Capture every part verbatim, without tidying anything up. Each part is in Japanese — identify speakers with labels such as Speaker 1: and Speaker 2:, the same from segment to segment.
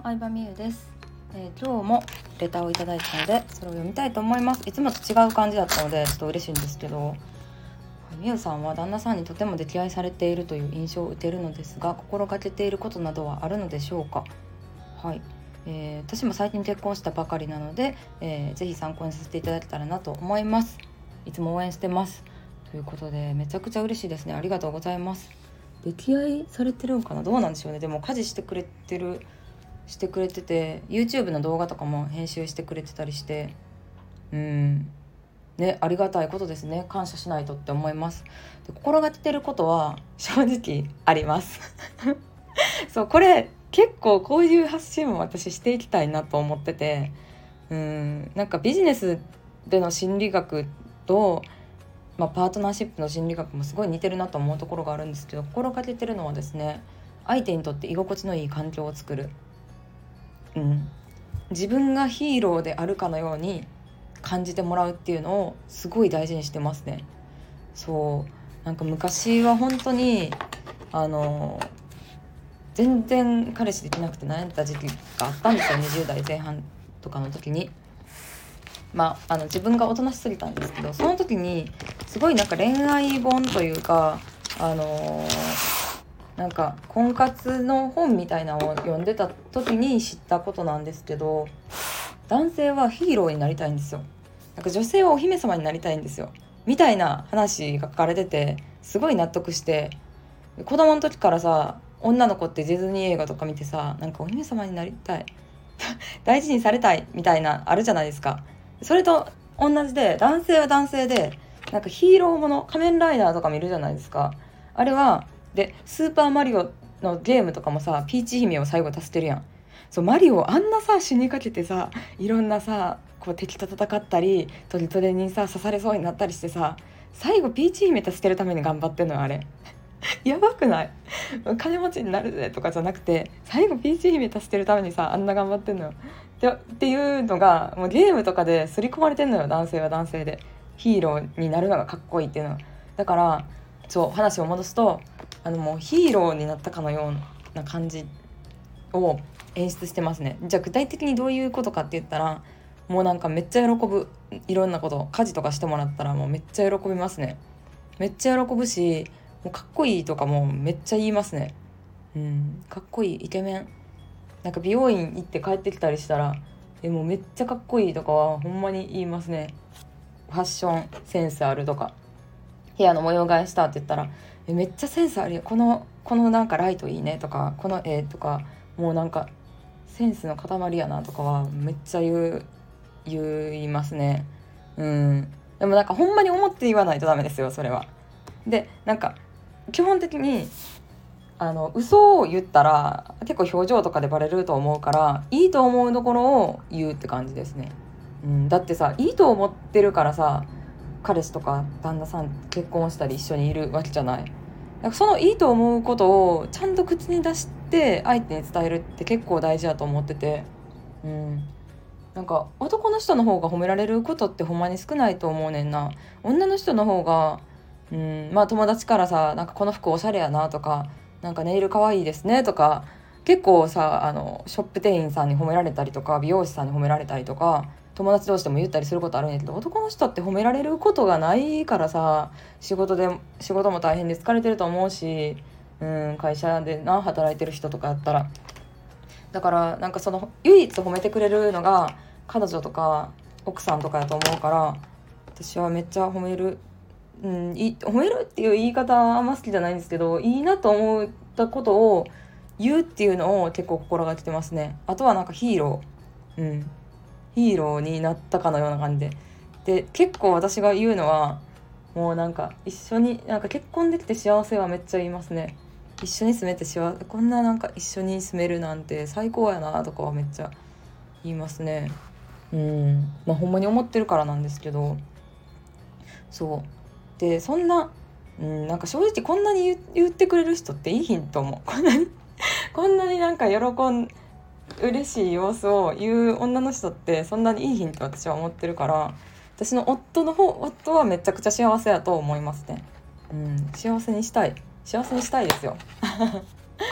Speaker 1: 相葉美優です、えー、今日もレターをいただいたのでそれを読みたいと思います。いつもと違う感じだったのでちょっと嬉しいんですけど、美優さんは旦那さんにとても溺愛されているという印象を受けるのですが、心がけていることなどはあるのでしょうか。はい、えー、私も最近結婚したばかりなので、えー、ぜひ参考にさせていただけたらなと思います。いつも応援してますということで、めちゃくちゃ嬉しいですね。ありがとうございます。溺愛されてるんかな、どうなんでしょうね。でも家事してくれてるしてくれてて YouTube の動画とかも編集してくれてたりして、うんね、ありがたいことですね。感謝しないとって思います。で、心がけてることは正直ありますそうこれ結構こういう発信も私していきたいなと思ってて、うんなんかビジネスでの心理学と、まあ、パートナーシップの心理学もすごい似てるなと思うところがあるんですけど、心がけてるのはですね、相手にとって居心地のいい環境を作る、うん、自分がヒーローであるかのように感じてもらうっていうのをすごい大事にしてますね。そうなんか昔は本当にあの全然彼氏できなくて悩んだ時期があったんですよ。にじゅう代前半とかの時に、まあ、あの自分がおとなしすぎたんですけど、その時にすごいなんか恋愛本というか、あのーなんか婚活の本みたいなのを読んでた時に知ったことなんですけど、男性はヒーローになりたいんですよ。なんか女性はお姫様になりたいんですよみたいな話が書かれてて、すごい納得して、子供の時からさ、女の子ってディズニー映画とか見てさ、なんかお姫様になりたい大事にされたいみたいなあるじゃないですか。それと同じで、男性は男性でなんかヒーローもの、仮面ライダーとか見るじゃないですか。あれはでスーパーマリオのゲームとかもさ、ピーチ姫を最後助けるやん。そうマリオあんなさ死にかけてさ、いろんなさこう敵と戦ったりトゲトゲにさ刺されそうになったりしてさ、最後ピーチ姫助けるために頑張ってんのよあれやばくない？金持ちになるぜとかじゃなくて、最後ピーチ姫助けるためにさ、あんな頑張ってんのよでっていうのがもうゲームとかで刷り込まれてんのよ。男性は男性でヒーローになるのがかっこいいっていうのは。だからそう話を戻すと、あのもうヒーローになったかのような感じを演出してますね。じゃあ具体的にどういうことかって言ったら、もうなんかめっちゃ喜ぶ。いろんなこと家事とかしてもらったらもうめっちゃ喜びますね。めっちゃ喜ぶし、もうかっこいいとかもめっちゃ言いますね。うんかっこいいイケメン、なんか美容院行って帰ってきたりしたら、えもうめっちゃかっこいいとかはほんまに言いますね。ファッションセンスあるとか、部屋の模様替えしたって言ったら、えめっちゃセンスあるよ、このこのなんかライトいいねとか、この絵とか、もうなんかセンスの塊やなとかはめっちゃ言う言いますね。うんでもなんかほんまに思って言わないとダメですよ、それは。でなんか基本的にあの嘘を言ったら結構表情とかでバレると思うから、いいと思うところを言うって感じですね。うん、だってさ、いいと思ってるからさ、彼氏とか旦那さん結婚したり一緒にいるわけじゃない。だからそのいいと思うことをちゃんと口に出して相手に伝えるって結構大事だと思ってて、うん、なんか男の人の方が褒められることってほんまに少ないと思うねんな。女の人の方が、うん、まあ友達からさ、なんかこの服おしゃれやなとか、なんかネイルかわいいですねとか、結構さ、あのショップ店員さんに褒められたりとか、美容師さんに褒められたりとか、友達同士でも言ったりすることあるんやけど、男の人って褒められることがないからさ、仕事で仕事も大変で疲れてると思うし、うん、会社でな働いてる人とかやったら、だからなんかその唯一褒めてくれるのが彼女とか奥さんとかやと思うから、私はめっちゃ褒める、うん、い褒めるっていう言い方はあんま好きじゃないんですけど、いいなと思ったことを言うっていうのを結構心がけてますね。あとはなんかヒーロー、うん、ヒーローになったかのような感じで。で結構私が言うのは、もうなんか一緒になんか結婚できて幸せはめっちゃ言いますね。一緒に住めて幸せ、こんななんか一緒に住めるなんて最高やなとかはめっちゃ言いますね。うんまあほんまに思ってるからなんですけど、そうでそんな、うん、なんか正直こんなに 言, 言ってくれる人っていいひんと思う。こんなにこんなになんか喜ん嬉しい様子を言う女の人ってそんなにいいひんと私は思ってるから、私の夫の方夫はめちゃくちゃ幸せだと思いますね。うん幸せにしたい幸せにしたいですよ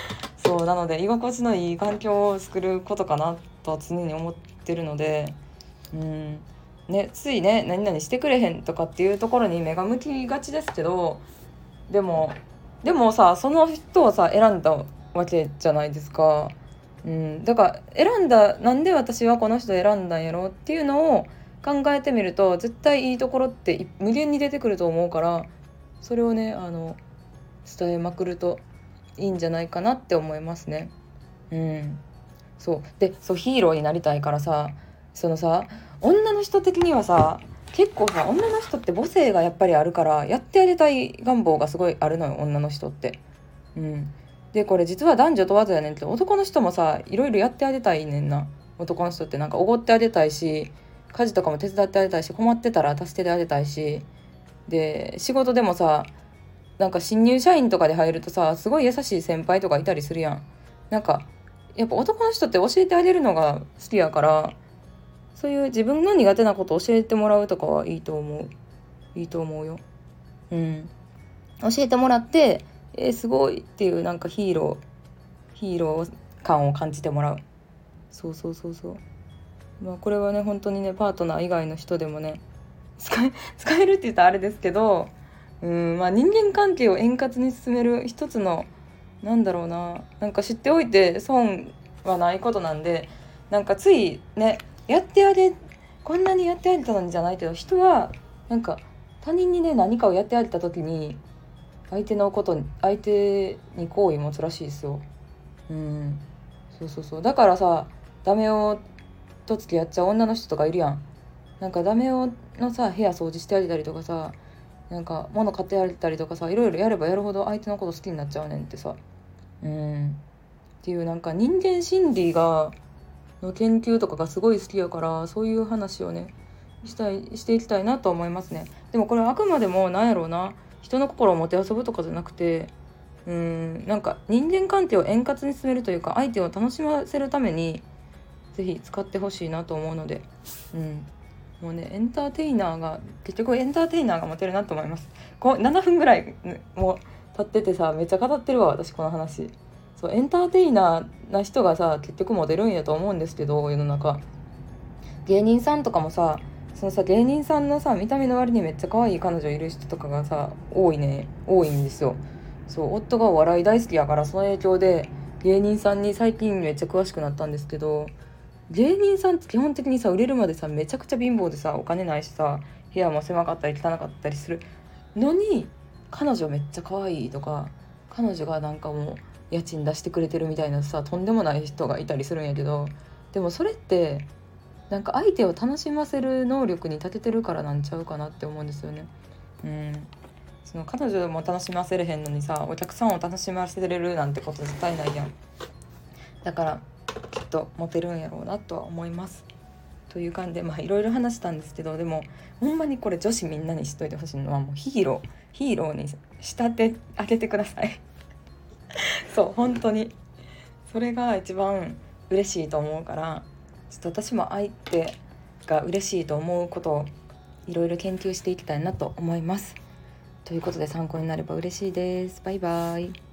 Speaker 1: そうなので居心地のいい環境を作ることかなとは常に思ってるので、うんね、ついね何々してくれへんとかっていうところに目が向きがちですけど、でもでもさその人をさ選んだわけじゃないですか。うん、だから選んだなんで私はこの人選んだんやろっていうのを考えてみると絶対いいところって無限に出てくると思うから、それをねあの伝えまくるといいんじゃないかなって思いますね。うん、そうでそうヒーローになりたいからさ、そのさ女の人的にはさ結構さ女の人って母性がやっぱりあるからやってあげたい願望がすごいあるのよ女の人って。うん、でこれ実は男女問わずやねんけど男の人もさいろいろやってあげたいねんな。男の人ってなんかおごってあげたいし家事とかも手伝ってあげたいし困ってたら助けてあげたいし、で仕事でもさなんか新入社員とかで入るとさすごい優しい先輩とかいたりするやん。なんかやっぱ男の人って教えてあげるのが好きやから、そういう自分の苦手なこと教えてもらうとかはいいと思ういいと思うよ。うん教えてもらってえー、すごいっていうなんかヒーローヒーロー感を感じてもらう。そうそうそうそう。まあこれはね本当にねパートナー以外の人でもね使え使えるって言ったらあれですけど、うんまあ人間関係を円滑に進める一つのなんだろうな、なんか知っておいて損はないことなんで、なんかついねやってあげこんなにやってあげたのにじゃないけど、人はなんか他人にね何かをやってあげた時に相手のこと相手に好意持つらしいですよ。うんそうそうそう。だからさダメ男と付き合っちゃう女の人とかいるやん。なんかダメ男のさ部屋掃除してあげたりとかさ、なんか物買ってあげたりとかさ、いろいろやればやるほど相手のこと好きになっちゃうねんってさ。うんっていうなんか人間心理がの研究とかがすごい好きやから、そういう話をねしたいしていきたいなと思いますね。でもこれはあくまでもなんやろうな、人の心をもてあそぶとかじゃなくて、うーんなんか人間関係を円滑に進めるというか相手を楽しませるためにぜひ使ってほしいなと思うので、うんもうねエンターテイナーが結局エンターテイナーがモテるなと思います。こうななふんぐらいもう経っててさめっちゃ語ってるわ私この話。そうエンターテイナーな人がさ結局モテるんやと思うんですけど、世の中芸人さんとかもさそのさ芸人さんのさ見た目の割にめっちゃ可愛い彼女いる人とかがさ多いね多いんですよ。そう夫がお笑い大好きやからその影響で芸人さんに最近めっちゃ詳しくなったんですけど、芸人さんって基本的にさ売れるまでさめちゃくちゃ貧乏でさお金ないしさ部屋も狭かったり汚かったりするのに彼女めっちゃ可愛いとか彼女がなんかもう家賃出してくれてるみたいなさとんでもない人がいたりするんやけど、でもそれってなんか相手を楽しませる能力に長けてるからなんちゃうかなって思うんですよね。うんその彼女も楽しませれへんのにさお客さんを楽しませれるなんてこと絶対ないやん。だからきっとモテるんやろうなとは思いますという感じで、まあいろいろ話したんですけど、でもほんまにこれ女子みんなに知っといてほしいのはもうヒーローヒーローに仕立て上げてくださいそう本当にそれが一番嬉しいと思うから、ちょっと私も相手が嬉しいと思うことをいろいろ研究していきたいなと思います。ということで参考になれば嬉しいです。バイバイ。